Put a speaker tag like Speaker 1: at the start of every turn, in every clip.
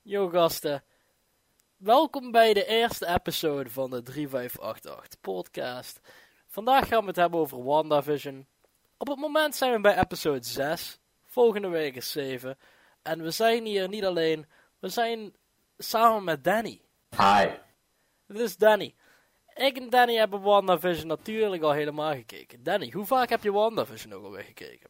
Speaker 1: Yo gasten, welkom bij de eerste episode van de 3588 podcast. Vandaag gaan we het hebben over WandaVision. Op het moment zijn we bij episode 6, volgende week is 7. En we zijn hier niet alleen, we zijn samen met Danny.
Speaker 2: Hi.
Speaker 1: Dit is Danny. Ik en Danny hebben WandaVision natuurlijk al helemaal gekeken. Danny, hoe vaak heb je WandaVision ook alweer gekeken?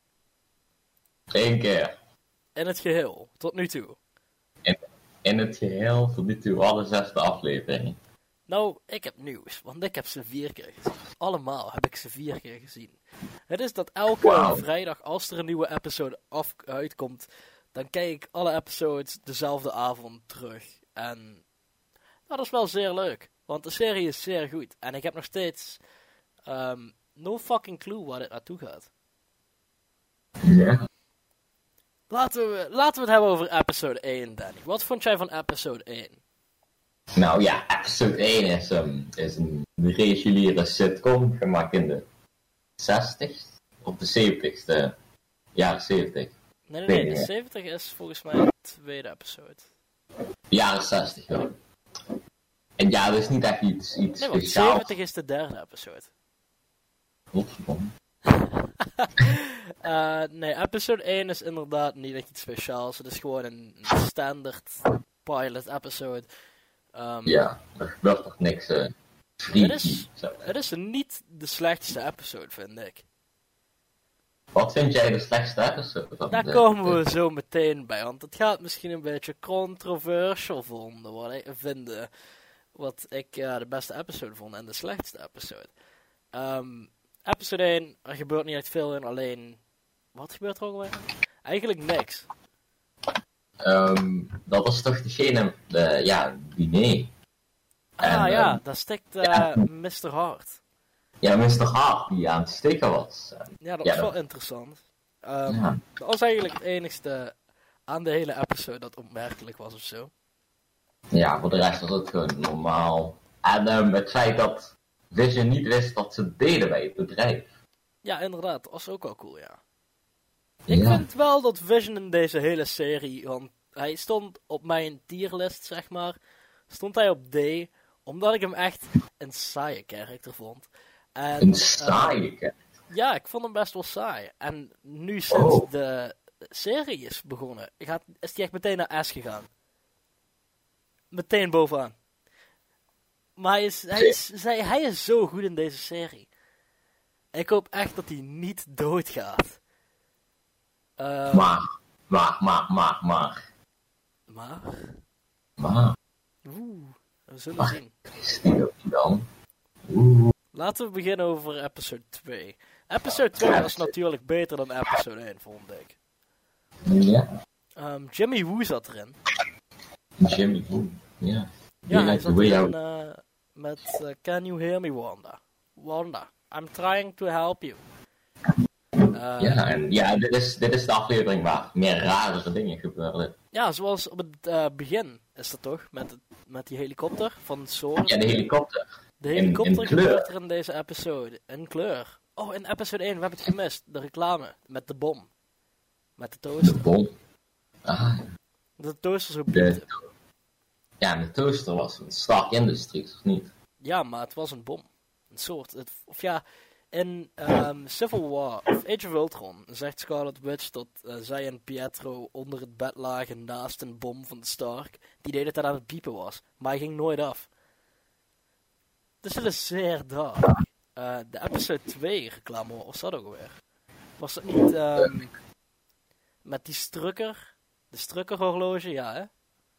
Speaker 2: 1 keer.
Speaker 1: In het geheel, tot nu toe.
Speaker 2: In het geheel tot nu toe alle 6 afleveringen.
Speaker 1: Nou, ik heb nieuws, want ik heb ze 4 keer gezien. Allemaal heb ik ze 4 keer gezien. Het is dat elke vrijdag, als er een nieuwe episode uitkomt, dan kijk ik alle episodes dezelfde avond terug. En dat is wel zeer leuk, want de serie is zeer goed. En ik heb nog steeds no fucking clue waar dit naartoe gaat.
Speaker 2: Ja.
Speaker 1: Laten we het hebben over episode 1, Danny. Wat vond jij van episode 1?
Speaker 2: Nou ja, episode 1 is een reguliere sitcom gemaakt in de 60 of de 70ste. Jaren 70.
Speaker 1: Nee, de 70 is volgens mij de tweede episode.
Speaker 2: Jaren 60 wel. En ja, dat is niet echt iets
Speaker 1: nee, want
Speaker 2: speciaals.
Speaker 1: 70 is de derde episode.
Speaker 2: Godverdomme.
Speaker 1: Nee, episode 1 is inderdaad niet echt iets speciaals. Het is gewoon een standaard pilot episode.
Speaker 2: Ja, er gebeurt toch niks freaky.
Speaker 1: Het is niet de slechtste episode, vind ik.
Speaker 2: Wat vind jij de slechtste episode van
Speaker 1: Daar komen we zo meteen bij, want het gaat misschien een beetje controversial vinden wat ik de beste episode vond en de slechtste episode. Episode 1, er gebeurt niet echt veel in, alleen... Wat gebeurt er ook alweer? Eigenlijk niks.
Speaker 2: Dat was toch degene, diner.
Speaker 1: Ja, daar stikt Mr. Hart.
Speaker 2: Ja, Mr. Hart, die aan het stikken was.
Speaker 1: Ja, dat was wel interessant. Dat was eigenlijk het enigste aan de hele episode dat opmerkelijk was of zo.
Speaker 2: Ja, voor de rest was het gewoon normaal. En het feit dat Vision niet wist dat ze deden bij het bedrijf.
Speaker 1: Ja, inderdaad. Dat was ook wel cool, ja. Ik vind wel dat Vision in deze hele serie, want hij stond op mijn tierlist, zeg maar, stond hij op D, omdat ik hem echt een saaie karakter vond. En,
Speaker 2: een saaie karakter?
Speaker 1: Ja, ik vond hem best wel saai. En nu sinds de serie is begonnen, is hij echt meteen naar S gegaan. Meteen bovenaan. Maar hij is zo goed in deze serie. Ik hoop echt dat hij niet doodgaat.
Speaker 2: Maar.
Speaker 1: Oeh, we zullen zien.
Speaker 2: Is die ook dan?
Speaker 1: Laten we beginnen over episode 2. Episode 2 was natuurlijk beter dan episode 1, vond ik.
Speaker 2: Ja.
Speaker 1: Jimmy Woo zat erin.
Speaker 2: Jimmy Woo, ja.
Speaker 1: Ja, hij zat erin met Can You Hear Me, Wanda? Wanda, I'm trying to help you.
Speaker 2: Dit is de aflevering waar meer rare dingen gebeuren.
Speaker 1: Ja, zoals op het begin is dat toch? Met die helikopter van Sword.
Speaker 2: Ja, de helikopter.
Speaker 1: De helikopter gebeurt er in deze episode. In kleur. Oh, in episode 1, we hebben het gemist. De reclame met de bom. Met de toaster.
Speaker 2: De bom? Ah.
Speaker 1: De toaster zo bieten.
Speaker 2: Ja, de toaster was een Stark Industries, of niet?
Speaker 1: Ja, maar het was een bom. Een soort. In Civil War, of Age of Ultron, zegt Scarlet Witch dat zij en Pietro onder het bed lagen naast een bom van de Stark, die de hele tijd aan het piepen was. Maar hij ging nooit af. Dus het is zeer dark. De episode 2 reclame, wat was dat ook alweer? Was dat niet met die Strucker? De Strucker horloge, ja hè?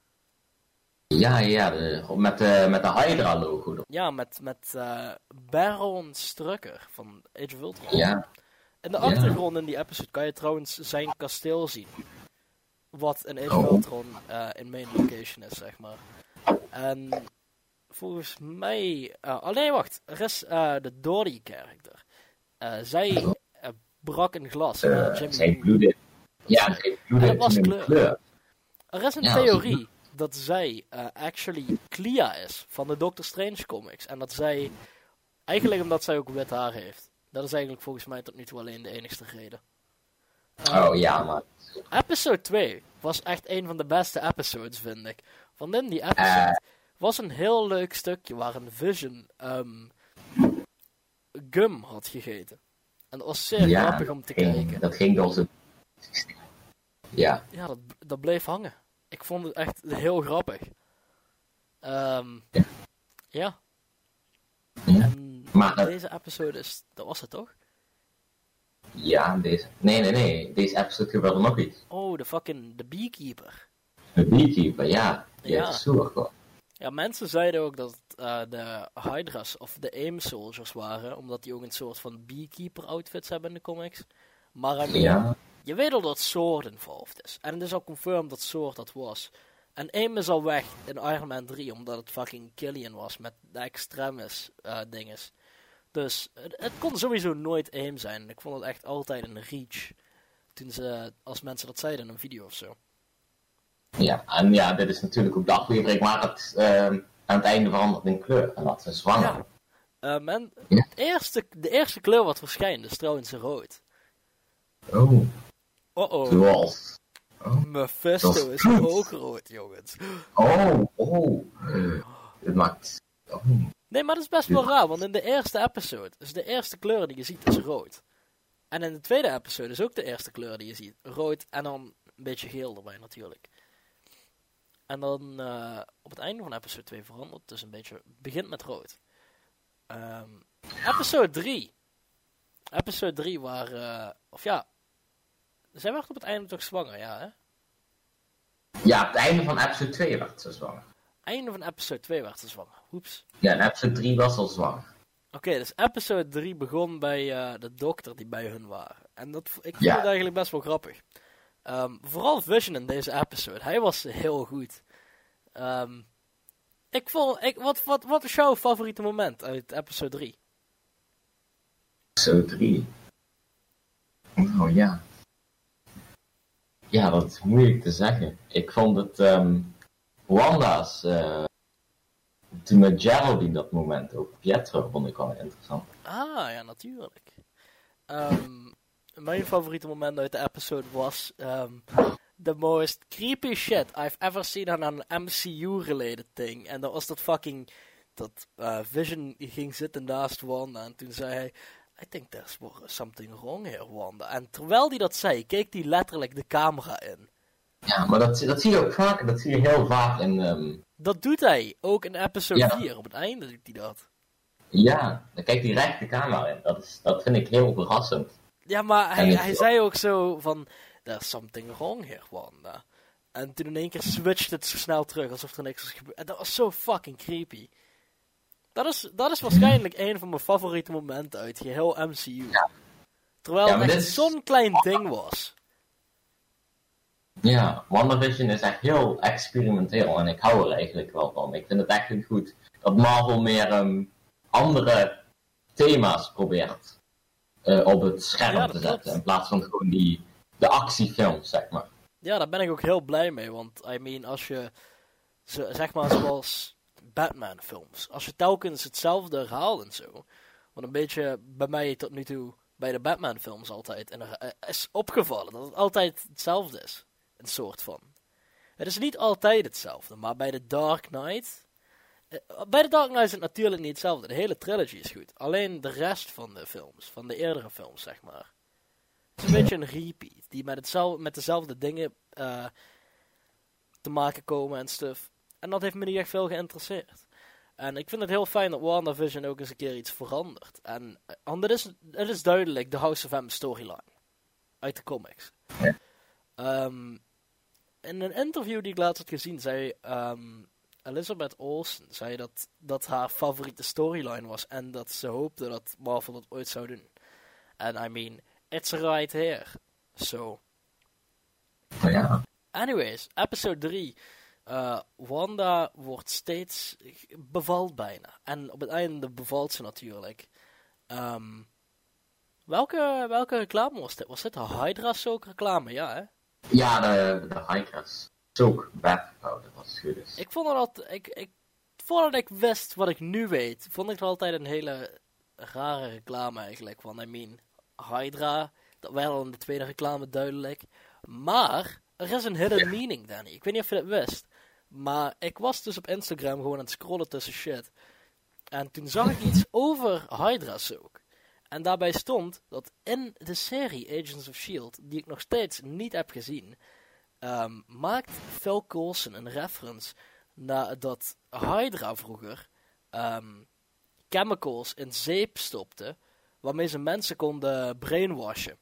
Speaker 2: Ja, met de Hydra logo.
Speaker 1: Ja, met Baron Strucker van Age of Ultron.
Speaker 2: Ja.
Speaker 1: In de achtergrond in die episode kan je trouwens zijn kasteel zien. Wat in Age of Ultron in main location is, zeg maar. En volgens mij... wacht. Er is de Dory character. Zij brak een glas.
Speaker 2: Zij bloedde. Ja, zij bloedde
Speaker 1: dat was
Speaker 2: in kleur.
Speaker 1: Er is een theorie dat zij actually Clea is van de Doctor Strange comics. En dat zij, eigenlijk omdat zij ook wit haar heeft. Dat is eigenlijk volgens mij tot nu toe alleen de enigste reden.
Speaker 2: Ja, maar
Speaker 1: Episode 2 was echt een van de beste episodes, vind ik. Want in die episode was een heel leuk stukje waar een Vision gum had gegeten. En dat was zeer grappig om te kijken.
Speaker 2: Dat ging door zijn... Ja.
Speaker 1: Ja, dat bleef hangen. Ik vond het echt heel grappig. Ja. En
Speaker 2: Maar
Speaker 1: deze episode dat was het toch?
Speaker 2: Ja, deze... Nee. Deze episode gebeurde nog iets.
Speaker 1: Oh, de Beekeeper.
Speaker 2: De Beekeeper, ja.
Speaker 1: Ja.
Speaker 2: Is super.
Speaker 1: Ja, mensen zeiden ook dat het de Hydra's of de AIM Soldiers waren, omdat die ook een soort van Beekeeper outfits hebben in de comics. Maar je weet al dat Sword involved is. En het is al confirmed dat Sword dat was. En AIM is al weg in Iron Man 3, omdat het fucking Killian was met de Extremis dinges. Dus het kon sowieso nooit AIM zijn. Ik vond het echt altijd een reach. Als mensen dat zeiden in een video of zo.
Speaker 2: Ja, en ja, dit is natuurlijk op de aflevering waar het aan het einde verandert in kleur. En dat is zwanger.
Speaker 1: Ja. De eerste kleur wat verschijnt is trouwens rood.
Speaker 2: Oh.
Speaker 1: Oh.
Speaker 2: Zoals...
Speaker 1: Mephisto is ook rood, jongens.
Speaker 2: Oh. Het maakt... Oh.
Speaker 1: Nee, maar dat is best wel raar, want in de eerste episode is de eerste kleur die je ziet is rood. En in de tweede episode is ook de eerste kleur die je ziet rood en dan een beetje geel erbij natuurlijk. En dan op het einde van episode 2 verandert het dus een beetje, begint met rood. Episode 3. Episode 3 waar, zij werd op het einde toch zwanger, ja hè?
Speaker 2: Ja, op het einde van episode 2 werd ze zwanger.
Speaker 1: Einde van episode 2 werd ze zwanger. Oeps.
Speaker 2: Ja, en episode 3 was al zwanger.
Speaker 1: Oké, dus episode 3 begon bij de dokter die bij hun waren. En ik vond het eigenlijk best wel grappig. Vooral Vision in deze episode. Hij was heel goed. Wat is jouw favoriete moment uit episode 3?
Speaker 2: Episode 3? Oh ja. Ja, dat is moeilijk te zeggen. Ik vond het... Wanda's... toen met Geraldine dat moment ook. Pietro vond ik wel interessant.
Speaker 1: Ah, ja, natuurlijk. Mijn favoriete moment uit de episode was... the most creepy shit I've ever seen on an MCU-related thing. En dat was dat fucking... Dat Vision ging zitten naast Wanda en toen zei hij... I think there's something wrong here, Wanda. En terwijl hij dat zei, keek hij letterlijk de camera in.
Speaker 2: Ja, maar dat zie je ook vaak. Dat zie je heel vaak in...
Speaker 1: Dat doet hij. Ook in episode 4. Op het einde doet hij dat.
Speaker 2: Ja, dan kijkt hij recht de camera in. Dat vind ik heel verrassend.
Speaker 1: Ja, maar hij zei ook zo van... There's something wrong here, Wanda. En toen in één keer switcht het zo snel terug, alsof er niks was gebeurd. En dat was zo fucking creepy. Dat is waarschijnlijk een van mijn favoriete momenten uit geheel MCU.
Speaker 2: Ja.
Speaker 1: Terwijl het echt zo'n klein ding was.
Speaker 2: Ja, WandaVision is echt heel experimenteel en ik hou er eigenlijk wel van. Ik vind het echt heel goed dat Marvel meer andere thema's probeert op het scherm te zetten. Klopt. In plaats van gewoon de actiefilms, zeg maar. Ja,
Speaker 1: daar ben ik ook heel blij mee, want als je, zeg maar zoals Batman films, als je telkens hetzelfde herhaalt en zo, wat een beetje bij mij tot nu toe bij de Batman films altijd is opgevallen, dat het altijd hetzelfde is. Een soort van. Het is niet altijd hetzelfde, maar bij de Dark Knight... Bij de Dark Knight is het natuurlijk niet hetzelfde. De hele trilogy is goed. Alleen de rest van de films, van de eerdere films, zeg maar. Het is een beetje een repeat, die met dezelfde dingen te maken komen en stuff. En dat heeft me niet echt veel geïnteresseerd. En ik vind het heel fijn dat WandaVision ook eens een keer iets verandert. En het is duidelijk de House of M storyline. Uit de comics.
Speaker 2: Ja.
Speaker 1: In een interview die ik laatst had gezien, zei Elizabeth Olsen zei dat haar favoriete storyline was en dat ze hoopte dat Marvel dat ooit zou doen. En it's right here. So.
Speaker 2: Oh ja.
Speaker 1: Anyways, episode 3. Wanda wordt steeds... bevalt bijna. En op het einde bevalt ze natuurlijk. Welke reclame was dit? Was dit de Hydra Soak reclame? Ja, hè?
Speaker 2: Ja, de Hydra Soak bath powder, als het goed is.
Speaker 1: Ik vond dat... Voordat ik wist wat ik nu weet, vond ik het altijd een hele rare reclame eigenlijk. Want Hydra, dat werd al in de tweede reclame duidelijk. Maar, er is een hidden meaning, Danny. Ik weet niet of je dat wist. Maar ik was dus op Instagram gewoon aan het scrollen tussen shit. En toen zag ik iets over Hydra Soak. En daarbij stond dat in de serie Agents of S.H.I.E.L.D., die ik nog steeds niet heb gezien, maakt Phil Coulson een reference naar dat Hydra vroeger chemicals in zeep stopte, waarmee ze mensen konden brainwashen.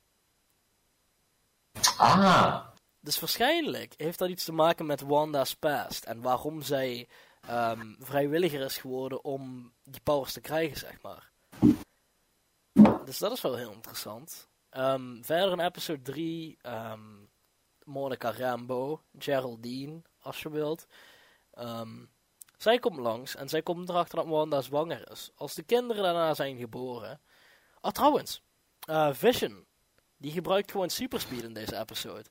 Speaker 2: Ah,
Speaker 1: Dus waarschijnlijk heeft dat iets te maken met Wanda's past en waarom zij vrijwilliger is geworden om die powers te krijgen, zeg maar. Dus dat is wel heel interessant. Verder in episode 3, Monica Rambeau, Geraldine, als je wilt. Zij komt langs en zij komt erachter dat Wanda zwanger is. Als de kinderen daarna zijn geboren. Oh, trouwens, Vision, die gebruikt gewoon superspeed in deze episode.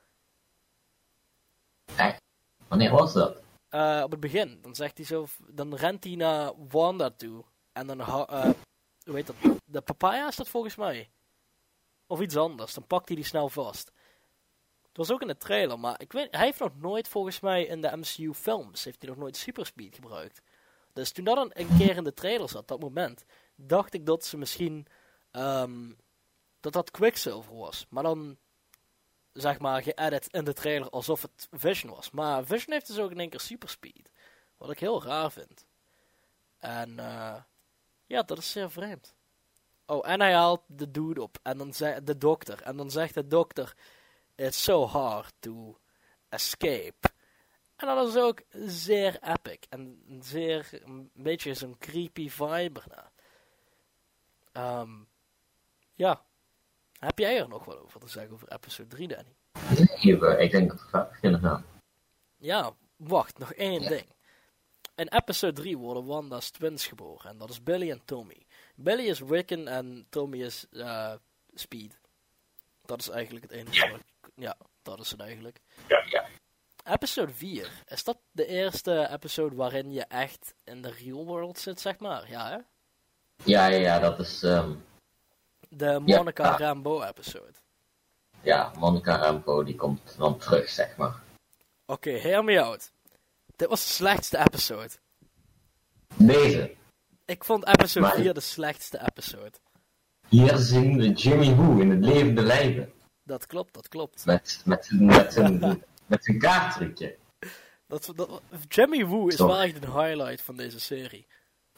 Speaker 2: echt? Wanneer was dat?
Speaker 1: Op het begin, dan zegt hij zo, dan rent hij naar Wanda toe. En dan, hoe heet dat? De papaya is dat volgens mij. Of iets anders, dan pakt hij die snel vast. Het was ook in de trailer, maar ik weet, hij heeft nog nooit volgens mij in de MCU films, heeft hij nog nooit superspeed gebruikt. Dus toen dat een keer in de trailer zat, dat moment, dacht ik dat ze misschien, dat Quicksilver was. Maar dan, zeg maar, geëdit in de trailer alsof het Vision was. Maar Vision heeft dus ook in één keer superspeed. Wat ik heel raar vind. En, ja, dat is zeer vreemd. Oh, en hij haalt de dude op. En dan de dokter. En dan zegt de dokter, it's so hard to escape. En dat is ook zeer epic. En een beetje zo'n creepy vibe erna. Ja. Heb jij er nog wat over te zeggen over episode 3, Danny?
Speaker 2: Even, ik denk dat we vaak beginnen gaan.
Speaker 1: Ja, wacht, nog één ding. In episode 3 worden Wanda's twins geboren. En dat is Billy en Tommy. Billy is Wiccan en Tommy is Speed. Dat is eigenlijk het enige. Ja, dat is het eigenlijk.
Speaker 2: Ja.
Speaker 1: Episode 4. Is dat de eerste episode waarin je echt in de real world zit, zeg maar? Ja, hè?
Speaker 2: Ja, dat is...
Speaker 1: De Monica Rambeau episode.
Speaker 2: Ja, Monica Rambeau die komt dan terug, zeg maar.
Speaker 1: Oké, hear me out. Dit was de slechtste episode.
Speaker 2: Deze.
Speaker 1: Ik vond episode 4 de slechtste episode.
Speaker 2: Hier zien we Jimmy Woo in het levende lijven.
Speaker 1: Dat klopt.
Speaker 2: Met zijn kaarttrucje.
Speaker 1: Jimmy Woo is wel echt een highlight van deze serie.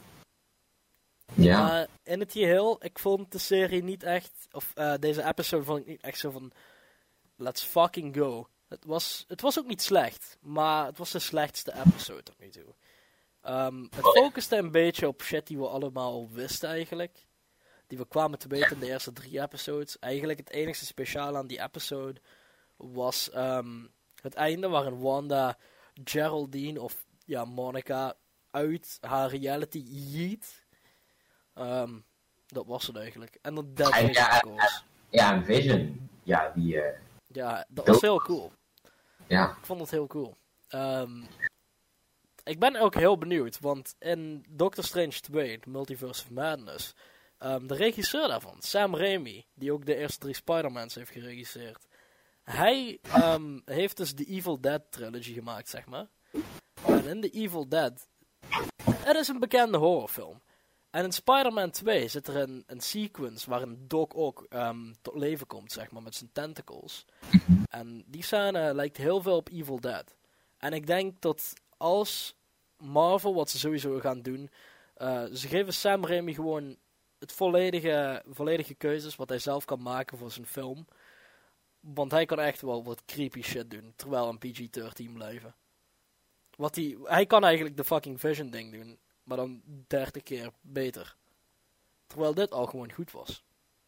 Speaker 2: Ja.
Speaker 1: Maar in het geheel, ik vond de serie niet echt, of deze episode vond ik niet echt zo van, let's fucking go. Het was ook niet slecht, maar het was de slechtste episode tot nu toe. Het focuste een beetje op shit die we allemaal al wisten eigenlijk. Die we kwamen te weten in de eerste 3 episodes. Eigenlijk het enige speciale aan die episode was het einde waarin Wanda Geraldine of ja, Monica uit haar reality yeet. Dat was het eigenlijk. En dan Dead Vision, of course.
Speaker 2: Ja, een Vision. Ja, die...
Speaker 1: Ja, dat was heel cool.
Speaker 2: Ja.
Speaker 1: Ik vond het heel cool. Ik ben ook heel benieuwd, want in Doctor Strange 2, The Multiverse of Madness, de regisseur daarvan, Sam Raimi, die ook de eerste 3 Spider-Mans heeft geregisseerd, hij heeft dus de Evil Dead trilogy gemaakt, zeg maar. En in The Evil Dead, het is een bekende horrorfilm. En in Spider-Man 2 zit er een sequence waarin Doc ook tot leven komt, zeg maar, met zijn tentacles. En die scène lijkt heel veel op Evil Dead. En ik denk dat als Marvel, wat ze sowieso gaan doen, ze geven Sam Raimi gewoon het volledige keuzes wat hij zelf kan maken voor zijn film. Want hij kan echt wel wat creepy shit doen, terwijl een PG-13 blijven. Hij kan eigenlijk de fucking Vision ding doen, maar dan 30 keer beter. Terwijl dit al gewoon goed was.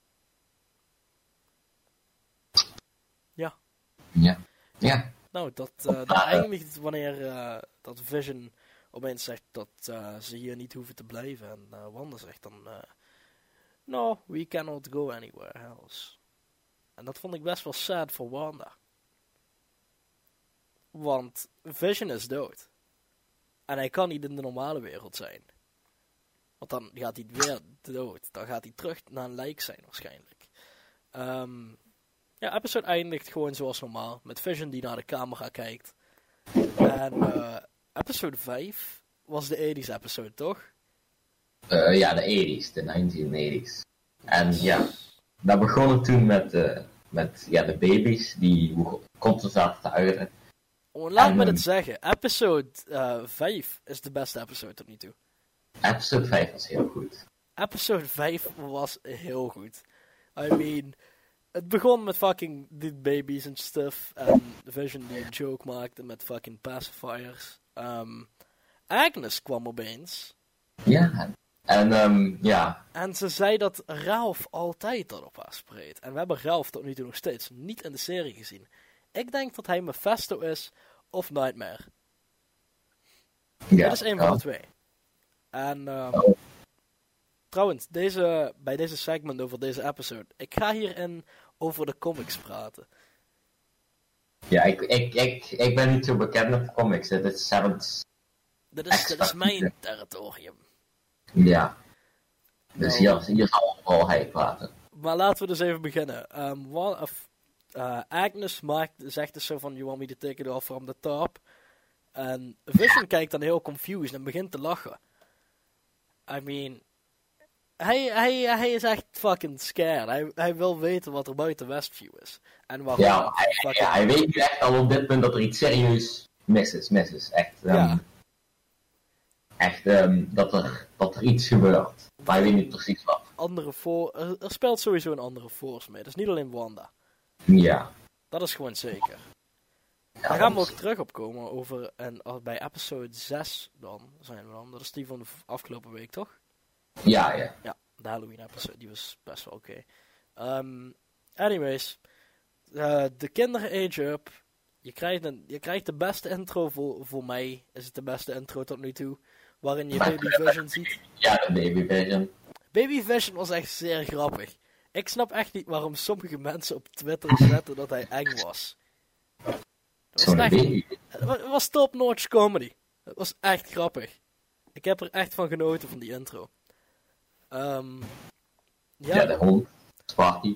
Speaker 1: Ja. Nou, dat eindigt wanneer dat Vision opeens zegt dat ze hier niet hoeven te blijven. En Wanda zegt dan, no, we cannot go anywhere else. En dat vond ik best wel sad voor Wanda. Want Vision is dood. En hij kan niet in de normale wereld zijn. Want dan gaat hij weer dood. Dan gaat hij terug naar een lijk zijn waarschijnlijk. Ja, episode eindigt gewoon zoals normaal. Met Vision die naar de camera kijkt. En episode 5 was de 80s episode, toch?
Speaker 2: Ja, de 80s, de 1980s. En ja, dat begon toen met de baby's die constant zaten te uiten.
Speaker 1: Oh, laat me het zeggen. Episode 5 is de beste episode tot nu toe.
Speaker 2: Episode 5 was heel goed.
Speaker 1: Episode 5 was heel goed. I mean, het begon met fucking die baby's en stuff. En Vision die een joke maakte met fucking pacifiers. Agnes kwam opeens.
Speaker 2: Ja, en ja.
Speaker 1: En ze zei dat Ralph altijd daarop haar spreekt. En we hebben Ralph tot nu toe nog steeds niet in de serie gezien. Ik denk dat hij Mephisto is of Nightmare.
Speaker 2: Ja,
Speaker 1: dat is een van de twee. En trouwens, bij deze segment over deze episode, ik ga hierin over de comics praten.
Speaker 2: Ja, ik ben niet zo bekend met de comics. Dit
Speaker 1: is mijn territorium.
Speaker 2: Ja. Dus hier zal wel hij praten.
Speaker 1: Maar laten we dus even beginnen. Agnes zegt dus zo van, you want me to take it off from the top? En Vision kijkt dan heel confused en begint te lachen. I mean, hij is echt fucking scared. Hij wil weten wat er buiten Westview is. En waarom.
Speaker 2: Ja, hij weet nu echt al op dit punt dat er iets serieus mis is. Echt, dat er iets gebeurt. Maar hij weet niet precies wat.
Speaker 1: Er speelt sowieso een andere force mee. Dat is niet alleen Wanda.
Speaker 2: Ja.
Speaker 1: Dat is gewoon zeker.
Speaker 2: Ja,
Speaker 1: Daar gaan we ook terug op komen over, en bij episode 6 dan zijn we dan. Dat is die van de afgelopen week, toch?
Speaker 2: Ja.
Speaker 1: Ja, de Halloween episode, die was best wel oké. Anyways, de kinderen age up. Je krijgt de beste intro voor mij. Is het de beste intro tot nu toe. Waarin je Baby Vision ziet.
Speaker 2: Ja, de Baby Vision.
Speaker 1: Baby Vision was echt zeer grappig. Ik snap echt niet waarom sommige mensen op Twitter zetten dat hij eng was. Het was top-notch comedy. Het was echt grappig. Ik heb er echt van genoten van die intro.
Speaker 2: Ja, de hond. Sparky.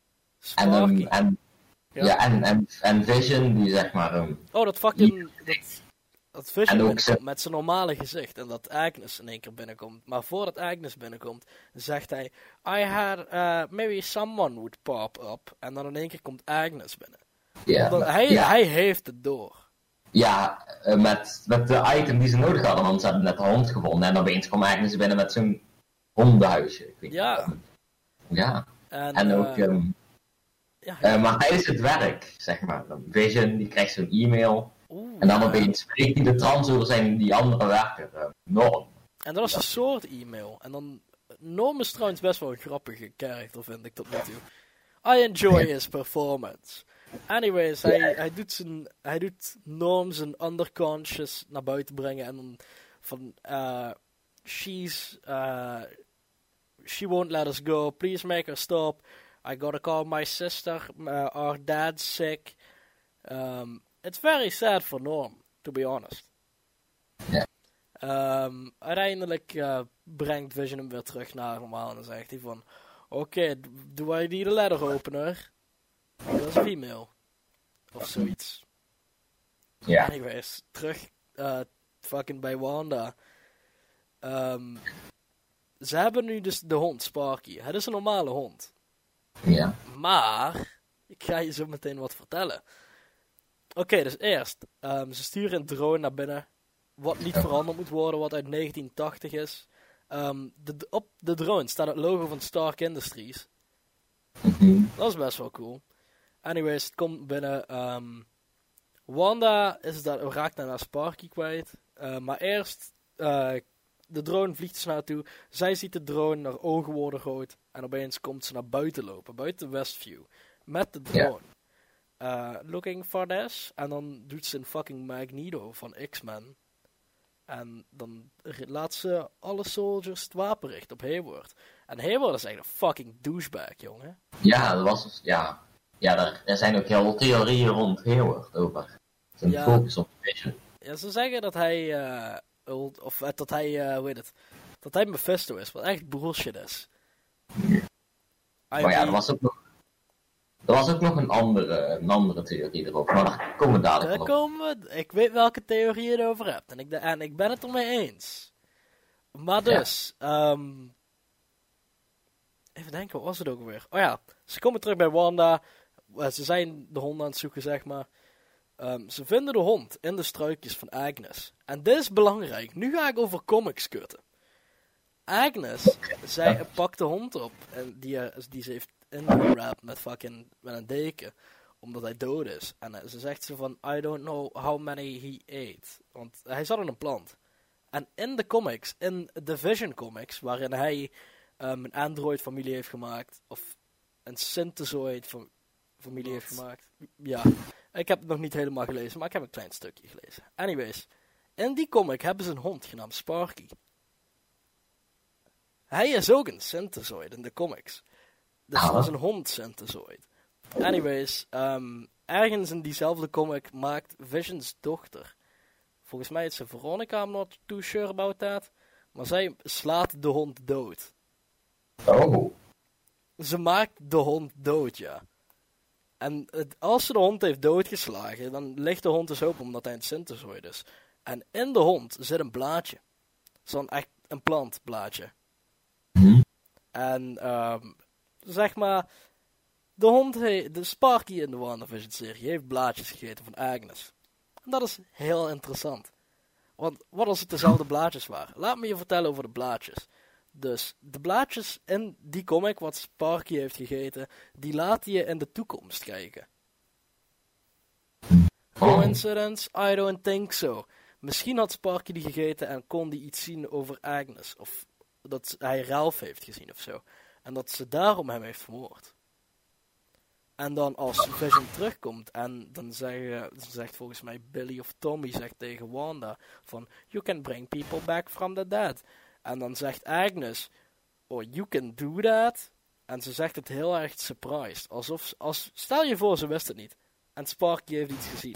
Speaker 2: En Vision, die zeg maar...
Speaker 1: dat fucking... Dat Vision binnenkomt met zijn normale gezicht. En dat Agnes in één keer binnenkomt. Maar voordat Agnes binnenkomt, zegt hij... I had... maybe someone would pop up. En dan in één keer komt Agnes binnen.
Speaker 2: Ja,
Speaker 1: hij heeft het door.
Speaker 2: Ja, met de item die ze nodig hadden. Want ze hebben net de hond gevonden. En opeens kwam Agnes binnen met zo'n hondenhuisje.
Speaker 1: Ja.
Speaker 2: Ja. En ook... maar tijdens het werk, zeg maar. Vision, die krijgt zo'n e-mail... En dan opeens spreekt hij de trans over die andere werker, Norm.
Speaker 1: En dat is een soort e-mail. En dan, Norm is trouwens best wel een grappige character, vind ik tot nu toe. I enjoy his performance. Anyways, hij doet Norm zijn underconscious naar buiten brengen. En dan van, she won't let us go. Please make her stop. I gotta call my sister. Our dad's sick. It's very sad for Norm, to be honest.
Speaker 2: Yeah.
Speaker 1: Uiteindelijk brengt Vision hem weer terug naar normaal en dan zegt hij van... Oké, do I need a letter opener? Dat is female. Of zoiets.
Speaker 2: Ja.
Speaker 1: Anyways, terug fucking bij Wanda. Ze hebben nu dus de hond, Sparky. Het is een normale hond.
Speaker 2: Ja.
Speaker 1: Maar, ik ga je zo meteen wat vertellen. Oké, dus eerst, ze sturen een drone naar binnen, wat niet veranderd moet worden, wat uit 1980 is. Op de drone staat het logo van Stark Industries. Dat is best wel cool. Anyways, het komt binnen. Wanda raakt naar Sparky kwijt. Maar eerst, de drone vliegt er naartoe. Zij ziet de drone, haar ogen worden rood. En opeens komt ze naar buiten lopen, buiten Westview. Met de drone.
Speaker 2: Ja.
Speaker 1: Looking for this. En dan doet ze een fucking Magneto van X-Men. En dan laat ze alle soldiers het wapen richten op Hayward. En Hayward is echt een fucking douchebag, jongen.
Speaker 2: Ja, dat was dus, ja. Ja, er zijn ook heel veel theorieën rond Hayward over. Zijn focus op Vision.
Speaker 1: Ja, ze zeggen dat hij, dat hij Mephisto is, wat echt bullshit is.
Speaker 2: Maar ja, er was ook nog... Er was ook nog een andere theorie erover, maar daar komen we dadelijk nog.
Speaker 1: Ik weet welke theorie je erover hebt. En ik ben het ermee eens. Maar dus, even denken, wat was het ook weer? Oh ja, ze komen terug bij Wanda. Ze zijn de hond aan het zoeken, zeg maar. Ze vinden de hond in de struikjes van Agnes. En dit is belangrijk. Nu ga ik over comics kutten. Agnes, zij pakt de hond op. En die ze heeft ingewrapt met een deken. Omdat hij dood is. En ze zegt zo van, I don't know how many he ate. Want hij zat in een plant. En in de comics, in de Vision comics, waarin hij een Android-familie heeft gemaakt. Of een Synthezoid-familie heeft gemaakt. Ja, ik heb het nog niet helemaal gelezen, maar ik heb een klein stukje gelezen. Anyways, in die comic hebben ze een hond genaamd Sparky. Hij is ook een Synthezoid in de comics. Dus dat is een hond Synthezoid. Anyways, ergens in diezelfde comic maakt Vision's dochter. Volgens mij is ze Veronica, I'm not too sure about that. Maar zij slaat de hond dood.
Speaker 2: Oh.
Speaker 1: Ze maakt de hond dood, ja. En als ze de hond heeft doodgeslagen, dan ligt de hond dus open omdat hij een Synthezoid is. En in de hond zit een blaadje. Zo'n echt een plantblaadje. En zeg maar, de Sparky in de WandaVision-serie heeft blaadjes gegeten van Agnes. En dat is heel interessant. Want wat als het dezelfde blaadjes waren? Laat me je vertellen over de blaadjes. Dus de blaadjes in die comic wat Sparky heeft gegeten, die laten je in de toekomst kijken. Coincidence? I don't think so. Misschien had Sparky die gegeten en kon die iets zien over Agnes. Of dat hij Ralph heeft gezien of zo. En dat ze daarom hem heeft vermoord. En dan als Vision terugkomt en dan zegt volgens mij Billy of Tommy zegt tegen Wanda van you can bring people back from the dead. En dan zegt Agnes, oh you can do that. En ze zegt het heel erg surprised. Stel je voor ze wist het niet. En Sparky heeft iets gezien.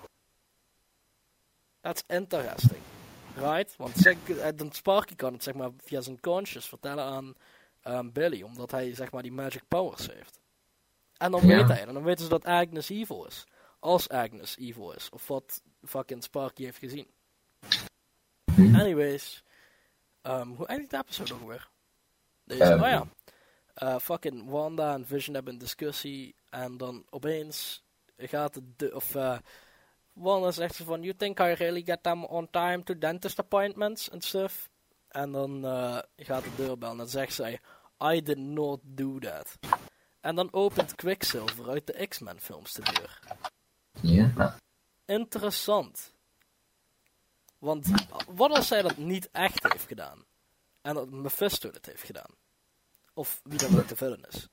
Speaker 1: That's interesting. Right? Want dan Sparky kan het zeg maar via zijn conscious vertellen aan Billy. Omdat hij zeg maar die magic powers heeft. En dan weet hij. En dan weten ze dat Agnes evil is. Als Agnes evil is. Of wat fucking Sparky heeft gezien. Anyways. Hoe eindigt de episode ook weer? Deze, fucking Wanda en Vision hebben een discussie. En dan opeens gaat Wanda zegt ze van, you think I really get them on time to dentist appointments and stuff? En dan gaat de deurbel en dan zegt zij, I did not do that. En dan opent Quicksilver uit de X-Men films de deur.
Speaker 2: Ja.
Speaker 1: Interessant. Want wat als zij dat niet echt heeft gedaan? En dat Mephisto dat heeft gedaan? Of wie dan ook de villain is?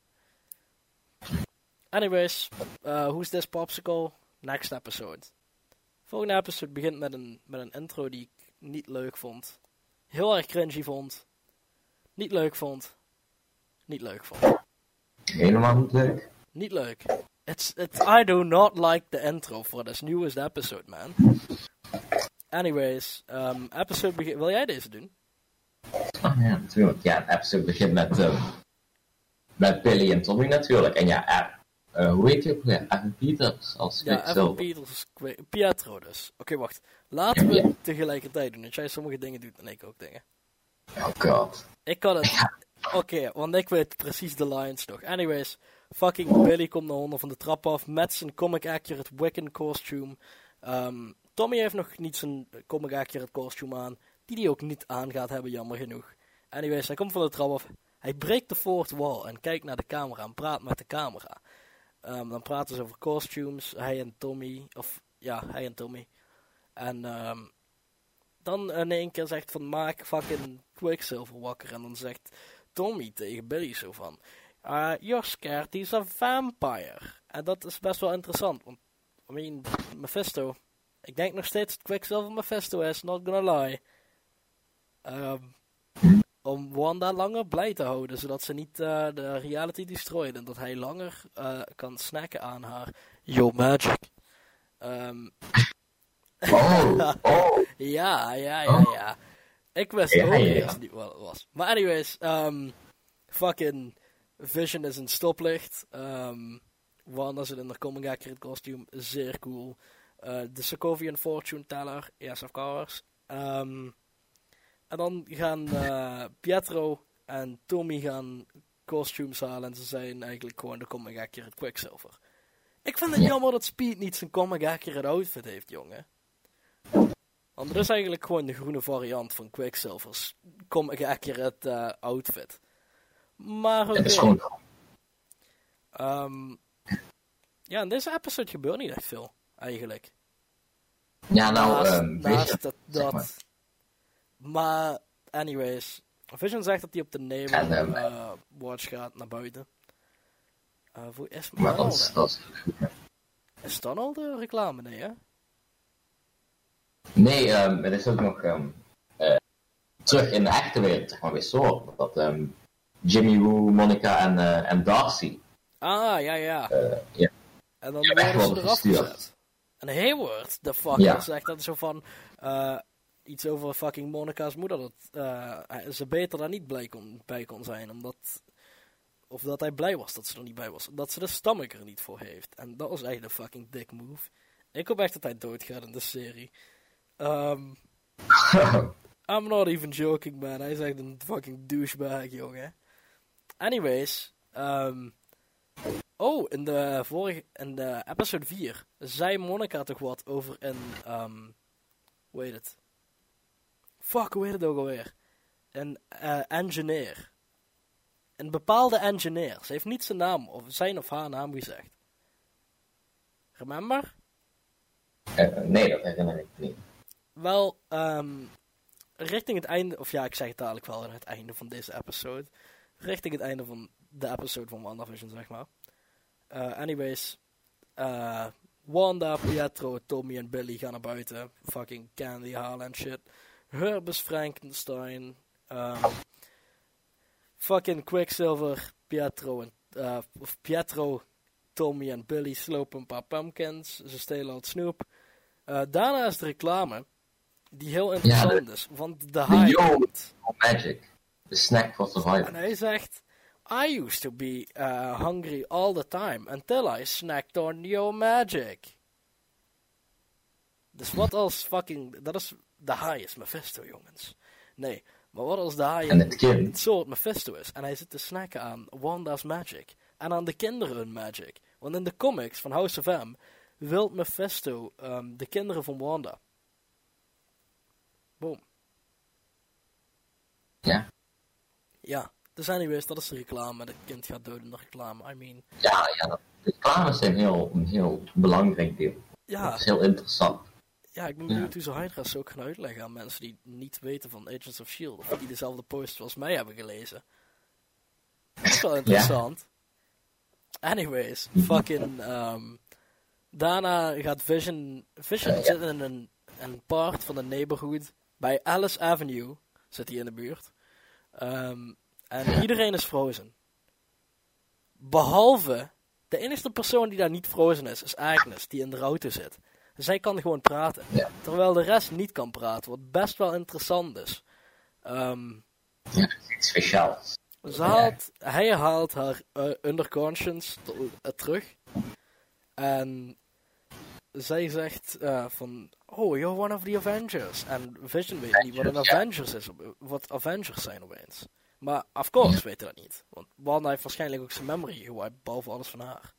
Speaker 1: Anyways, who's this popsicle? Next episode. Volgende episode begint met een intro die ik niet leuk vond. Heel erg cringy vond. Niet leuk vond.
Speaker 2: Helemaal niet leuk.
Speaker 1: Niet leuk. I do not like the intro for this newest episode, man. Anyways, episode begint... Wil jij deze doen?
Speaker 2: Oh ja, natuurlijk. Ja, de episode begint met Billy en Tommy natuurlijk. En ja, hoe heet je ook weer? Evan Peters als Quicksilver.
Speaker 1: Ja, Evan Peters als Pietro dus. Oké, wacht. Laten we het tegelijkertijd doen. Dat jij sommige dingen doet en ik ook dingen.
Speaker 2: Oh god.
Speaker 1: Ik kan het... Ja. Oké, want ik weet precies de lines nog. Anyways, fucking Billy komt naar onder van de trap af met zijn comic accurate Wiccan costume. Tommy heeft nog niet zijn comic accurate costume aan, die hij ook niet aan gaat hebben, jammer genoeg. Anyways, hij komt van de trap af. Hij breekt de fourth wall en kijkt naar de camera en praat met de camera. Dan praten ze over costumes, hij en Tommy. En dan in één keer zegt van maak fucking Quicksilver wakker. En dan zegt Tommy tegen Billy zo van you're scared, he's a vampire. En dat is best wel interessant. Want, Mephisto. Ik denk nog steeds dat Quicksilver Mephisto is, not gonna lie. Om Wanda langer blij te houden, zodat ze niet de reality destroyt. En dat hij langer kan snacken aan haar Yo Magic. Ja. Ik wist ook eerst niet wat het was. Maar anyways, fucking Vision is een stoplicht. Wanda zit in haar Coming Accurate kostuum, zeer cool. De Sokovian Fortune Teller, yes of course. En dan gaan Pietro en Tommy gaan kostuums halen en ze zijn eigenlijk gewoon de Coming Accurate Quicksilver. Ik vind het jammer dat Speed niet zijn Coming Accurate outfit heeft, jongen. Want het is eigenlijk gewoon de groene variant van Quicksilver's Coming Accurate outfit. Maar oké.
Speaker 2: Het is gewoon...
Speaker 1: Ja, in deze episode gebeurt niet echt veel, eigenlijk.
Speaker 2: Ja, nou,
Speaker 1: naast dat.
Speaker 2: zeg maar.
Speaker 1: Maar, anyways. Vision zegt dat hij op de Nemo watch gaat naar buiten.
Speaker 2: Maar dat is...
Speaker 1: Is dan al de reclame? Nee, hè?
Speaker 2: Nee, het is ook nog terug in de echte wereld, zeg maar, weer zo. Dat Jimmy Woo, Monica en Darcy.
Speaker 1: Ja.
Speaker 2: Ja.
Speaker 1: En dan
Speaker 2: Die hebben echt
Speaker 1: worden ze
Speaker 2: wel
Speaker 1: eraf
Speaker 2: gestuurd.
Speaker 1: gezet. En Hayward, de fucker, zegt dat zo van... iets over fucking Monica's moeder. Dat ze beter daar niet bij kon zijn. Of dat hij blij was dat ze er niet bij was. Dat ze de stomach er niet voor heeft. En dat was echt een fucking dick move. Ik hoop echt dat hij doodgaat in de serie. I'm not even joking, man. Hij is echt een fucking douchebag, jongen. Anyways. In de episode 4 zei Monica toch wat over een... hoe heet het? Fuck, hoe heet het ook alweer? Een engineer. Een bepaalde engineer. Ze heeft niet zijn naam, of zijn of haar naam gezegd. Remember?
Speaker 2: Nee, dat herinner ik niet.
Speaker 1: Wel, richting het einde... Of ja, ik zeg het dadelijk wel aan het einde van deze episode. Richting het einde van de episode van WandaVision, zeg maar. Anyways. Wanda, Pietro, Tommy en Billy gaan naar buiten. Fucking candy halen en shit. Herbus Frankenstein. Fucking Quicksilver, Pietro, Tommy en Billy slopen een paar pumpkins. Ze stelen al het snoep. Daarna is de reclame. Die heel interessant is. Want de Yo
Speaker 2: Magic. The snack for survival.
Speaker 1: En hij zegt... I used to be hungry all the time until I snacked on your magic. Dus wat als fucking... Dat is de haai is Mephisto, jongens. Nee, maar wat als de haai het soort Mephisto is en hij zit te snacken aan Wanda's magic en aan de kinderen hun magic. Want in de comics van House of M wil Mephisto de kinderen van Wanda. Boom.
Speaker 2: Ja.
Speaker 1: Ja. Dus anyways, dat is de reclame. De kind gaat dood in de reclame. I mean...
Speaker 2: Ja, de reclames zijn een heel belangrijk deel.
Speaker 1: Ja.
Speaker 2: Dat is heel interessant.
Speaker 1: Ja, ik ben benieuwd hoe ze Hydra's ook gaan uitleggen aan mensen die niet weten van Agents of S.H.I.E.L.D. Of die dezelfde post als mij hebben gelezen. Dat is wel interessant. Anyways, fucking... daarna gaat Vision zit in een part van de neighborhood. Bij Alice Avenue zit hij in de buurt. En iedereen is frozen. Behalve, de enige persoon die daar niet frozen is Agnes, die in de auto zit. Zij kan gewoon praten.
Speaker 2: Ja.
Speaker 1: Terwijl de rest niet kan praten, wat best wel interessant is.
Speaker 2: Ja, iets speciaals.
Speaker 1: Hij haalt haar underconscious terug. En zij zegt van... Oh, you're one of the Avengers. En Vision weet niet wat een Avengers is. Wat Avengers zijn opeens. Maar of course weet hij dat niet. Want Wanda heeft waarschijnlijk ook zijn memory gewiped, behalve alles van haar.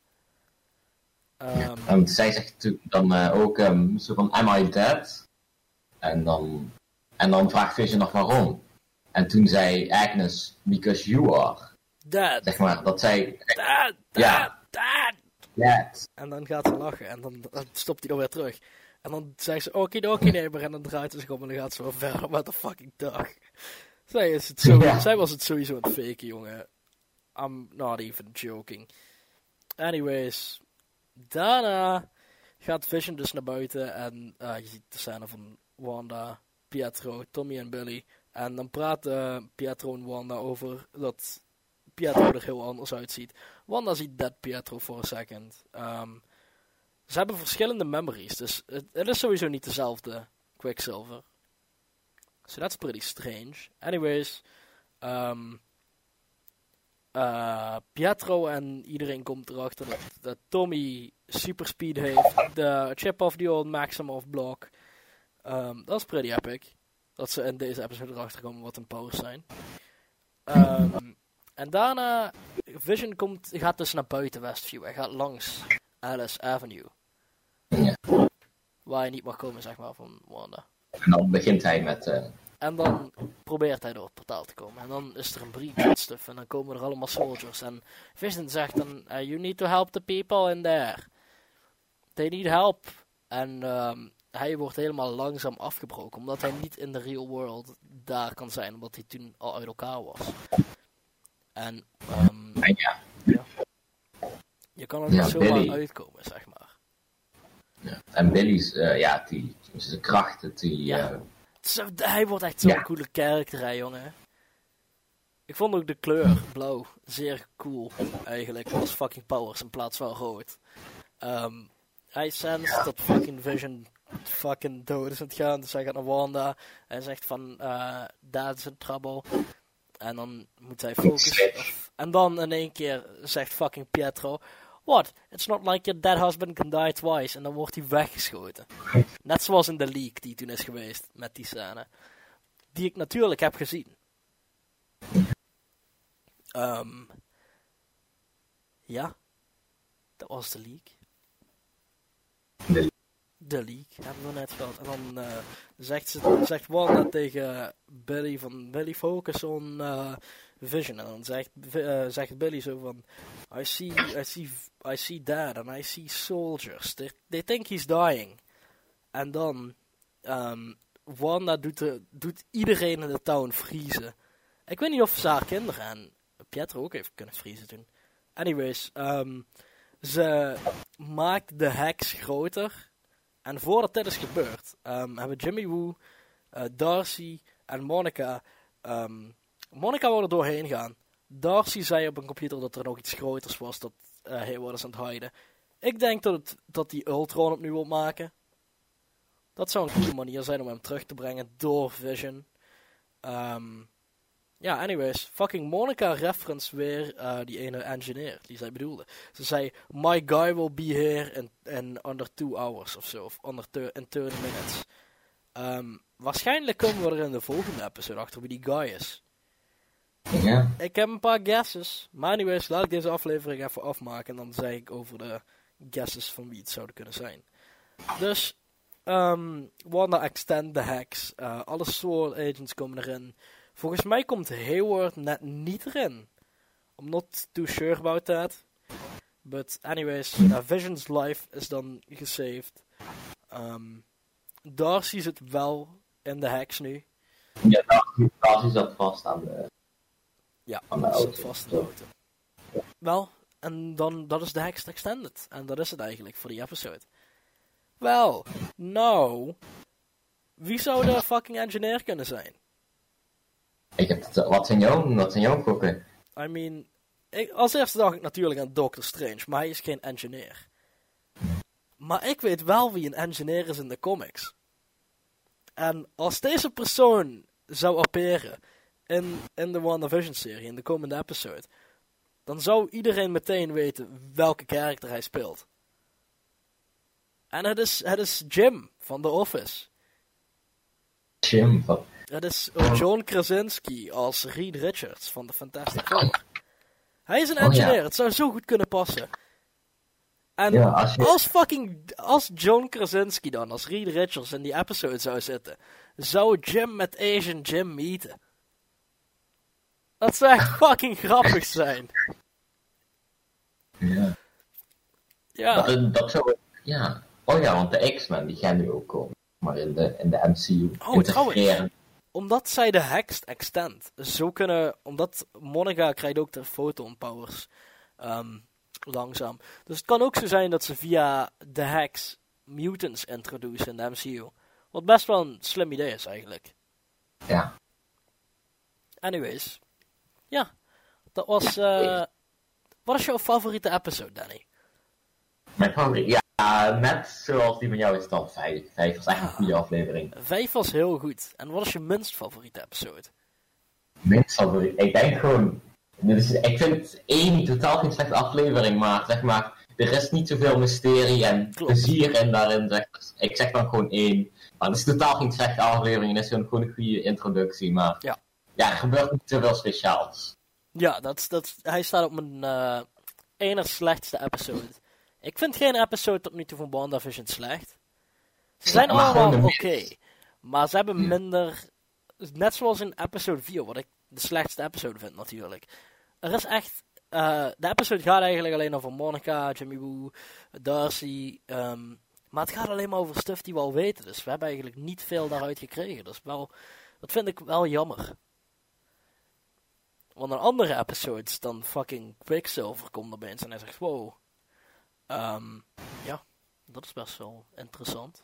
Speaker 2: Zij zegt natuurlijk dan ook zo van, am I dead? En dan vraagt Vision nog waarom. En toen zei Agnes, because you are.
Speaker 1: Dead.
Speaker 2: Zeg maar, dat zij...
Speaker 1: Dead. En dan gaat ze lachen en dan stopt hij er weer terug. En dan zegt ze, okidoki neighbor. En dan draait ze zich om en dan gaat ze weer verder met de fucking dag. Zij was het sowieso aan het faken, jongen. I'm not even joking. Anyways. Daarna gaat Vision dus naar buiten. En je ziet de scène van Wanda, Pietro, Tommy en Billy. En dan praten Pietro en Wanda over dat Pietro er heel anders uitziet. Wanda ziet Dead Pietro for a second. Ze hebben verschillende memories. Dus het is sowieso niet dezelfde Quicksilver. So that's pretty strange. Anyways. Pietro en iedereen komt erachter dat Tommy superspeed heeft. De chip of the old Maximoff block. Dat is pretty epic. Dat ze in deze episode erachter komen wat hun powers zijn. En daarna, Vision gaat dus naar buiten Westview. Hij gaat langs Alice Avenue.
Speaker 2: Ja.
Speaker 1: Waar je niet mag komen, zeg maar, van Wanda.
Speaker 2: En dan begint hij met...
Speaker 1: En dan probeert hij door het portaal te komen. En dan is er een breach en stuff. En dan komen er allemaal soldiers. En Vision zegt dan, you need to help the people in there. They need help. En hij wordt helemaal langzaam afgebroken. Omdat hij niet in de real world daar kan zijn. Omdat hij toen al uit elkaar was. En
Speaker 2: ja.
Speaker 1: Je kan er niet zomaar uitkomen, zeg maar.
Speaker 2: Ja. En Billy's, die zijn krachten,
Speaker 1: Hij wordt echt zo'n coole karakter, hè, jongen. Ik vond ook de kleur blauw zeer cool, eigenlijk. Als fucking powers in plaats van rood. Hij sensed dat fucking Vision fucking dood is aan het gaan. Dus hij gaat naar Wanda. Hij zegt van, dad's in trouble. En dan moet hij focussen. En dan in één keer zegt fucking Pietro... What? It's not like your dead husband can die twice. En dan wordt hij weggeschoten. Net zoals in de leak die toen is geweest met die scène. Die ik natuurlijk heb gezien. Ja. Dat was de leak. De leak hebben we net gehad. En dan zegt Wanda tegen Billy van... Billy, focus on Vision. En dan zegt Billy zo van... I see dad and I see soldiers. They think he's dying. En dan... Wanda doet iedereen in de town vriezen. Ik weet niet of ze haar kinderen en Pietro ook heeft kunnen vriezen toen. Anyways, ze maakt de heks groter. En voordat dit is gebeurd, hebben Jimmy Woo, Darcy en Monica... Monica wou er doorheen gaan. Darcy zei op een computer dat er nog iets groters was dat hij was aan het hiden. Ik denk dat die Ultron opnieuw wil maken. Dat zou een goede manier zijn om hem terug te brengen door Vision. Anyways. Fucking Monica reference weer die ene engineer die zij bedoelde. Ze zei, my guy will be here in under 2 hours of zo. Of in 30 minutes. Waarschijnlijk komen we er in de volgende episode achter wie die guy is.
Speaker 2: Ja.
Speaker 1: Ik heb een paar guesses. Maar anyways, laat ik deze aflevering even afmaken. En dan zeg ik over de guesses van wie het zouden kunnen zijn. Dus... Wanda extend the hex. Alle SWORD agents komen erin. Volgens mij komt Hayward net niet erin. I'm not too sure about that. But anyways, Vision's life is dan gesaved. Darcy zit wel in de hex nu.
Speaker 2: Ja, Darcy zat vast aan de...
Speaker 1: Ja,
Speaker 2: aan de auto.
Speaker 1: zit vast in de auto. Wel, en dan dat is de hex extended. En dat is het eigenlijk voor die episode. Wel, nou, wie zou de fucking engineer kunnen zijn?
Speaker 2: Wat zijn jouw gokken?
Speaker 1: I mean, als eerste dacht ik natuurlijk aan Doctor Strange, maar hij is geen engineer. Maar ik weet wel wie een engineer is in de comics. En als deze persoon zou appearen in de WandaVision serie, in de komende episode, dan zou iedereen meteen weten welke karakter hij speelt. En het is Jim van The Office.
Speaker 2: Jim van...
Speaker 1: Het is John Krasinski als Reed Richards van The Fantastic Four. Hij is een engineer, het zou zo goed kunnen passen. En
Speaker 2: ja,
Speaker 1: als John Krasinski dan, als Reed Richards in die episode zou zitten, zou Jim met Asian Jim meeten. Dat zou echt fucking grappig zijn.
Speaker 2: Ja.
Speaker 1: Ja.
Speaker 2: Dat zou... Ja. Oh ja, want de X-Men die gaan nu ook komen. Maar in de MCU.
Speaker 1: Oh, trouwens. Omdat zij de hex extend. Omdat Monica krijgt ook de photon powers. Langzaam. Dus het kan ook zo zijn dat ze via de hex mutants introduceren in de MCU. Wat best wel een slim idee is eigenlijk.
Speaker 2: Ja.
Speaker 1: Anyways. Ja. Dat was... Wat is jouw favoriete episode, Danny?
Speaker 2: Mijn favoriete... Ja, net zoals die van jou is het dan 5. 5 was echt een goede aflevering.
Speaker 1: 5 was heel goed. En wat is je minst favoriete episode?
Speaker 2: Minst favoriet? Ik denk gewoon Dus ik vind 1 totaal geen slechte aflevering, maar zeg maar, er is niet zoveel mysterie en plezier in daarin. Ik zeg dan gewoon 1. Maar het is totaal geen slechte aflevering, het is gewoon een goede introductie, maar ja, er gebeurt niet zoveel speciaals.
Speaker 1: Ja, hij staat op mijn ene slechtste episode. Ik vind geen episode tot nu toe van WandaVision slecht. Ze zijn allemaal oké, maar ze hebben minder, net zoals in episode 4, wat ik de slechtste episode vind natuurlijk. Er is echt, de episode gaat eigenlijk alleen over Monica, Jimmy Woo, Darcy, maar het gaat alleen maar over stuff die we al weten, dus we hebben eigenlijk niet veel daaruit gekregen. Dus dat vind ik wel jammer. Want in andere episodes dan fucking Quicksilver komt opeens en hij zegt, wow, ja, dat is best wel interessant.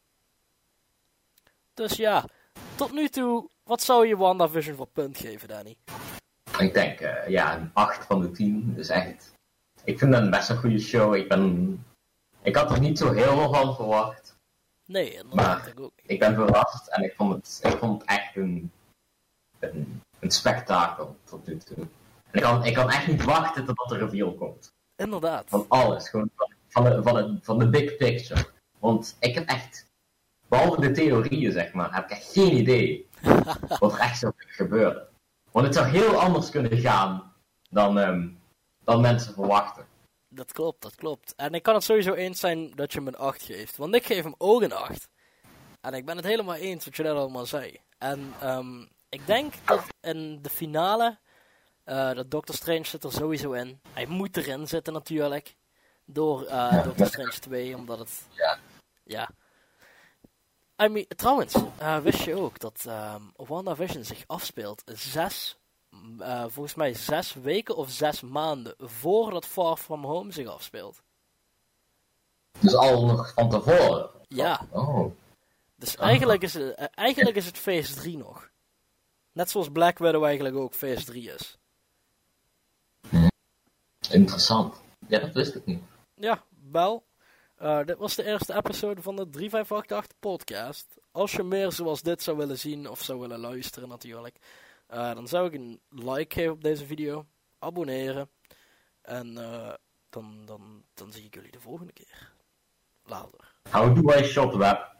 Speaker 1: Dus ja, tot nu toe, wat zou je WandaVision voor punt geven, Danny?
Speaker 2: Ik denk, een 8 van de 10. Dus echt, ik vind het een best een goede show. Ik had er niet zo heel veel van verwacht.
Speaker 1: Nee, inderdaad, ik ook.
Speaker 2: Ik ben verrast en ik vond het echt een spektakel tot nu toe. En ik kan echt niet wachten tot de reveal komt.
Speaker 1: Inderdaad.
Speaker 2: Van alles, gewoon van de big picture. Want ik heb echt, behalve de theorieën zeg maar, heb ik echt geen idee wat er echt zou gebeuren. Want het zou heel anders kunnen gaan dan mensen verwachten.
Speaker 1: Dat klopt. En ik kan het sowieso eens zijn dat je hem een 8 geeft. Want ik geef hem ook een 8. En ik ben het helemaal eens wat je net allemaal zei. En ik denk dat in de finale, dat Doctor Strange zit er sowieso in. Hij moet erin zitten natuurlijk. Door Doctor Strange 2, omdat het... Ja. Trouwens, wist je ook dat WandaVision zich afspeelt 6 weken of 6 maanden voordat Far From Home zich afspeelt.
Speaker 2: Dus al nog van tevoren?
Speaker 1: Ja.
Speaker 2: Oh.
Speaker 1: Dus eigenlijk is het phase 3 nog. Net zoals Black Widow eigenlijk ook phase 3 is.
Speaker 2: Interessant. Ja, dat wist ik niet.
Speaker 1: Ja, wel. Dit was de eerste episode van de 3588 podcast. Als je meer zoals dit zou willen zien of zou willen luisteren natuurlijk, dan zou ik een like geven op deze video, abonneren en dan zie ik jullie de volgende keer. Later.
Speaker 2: How do I shot web?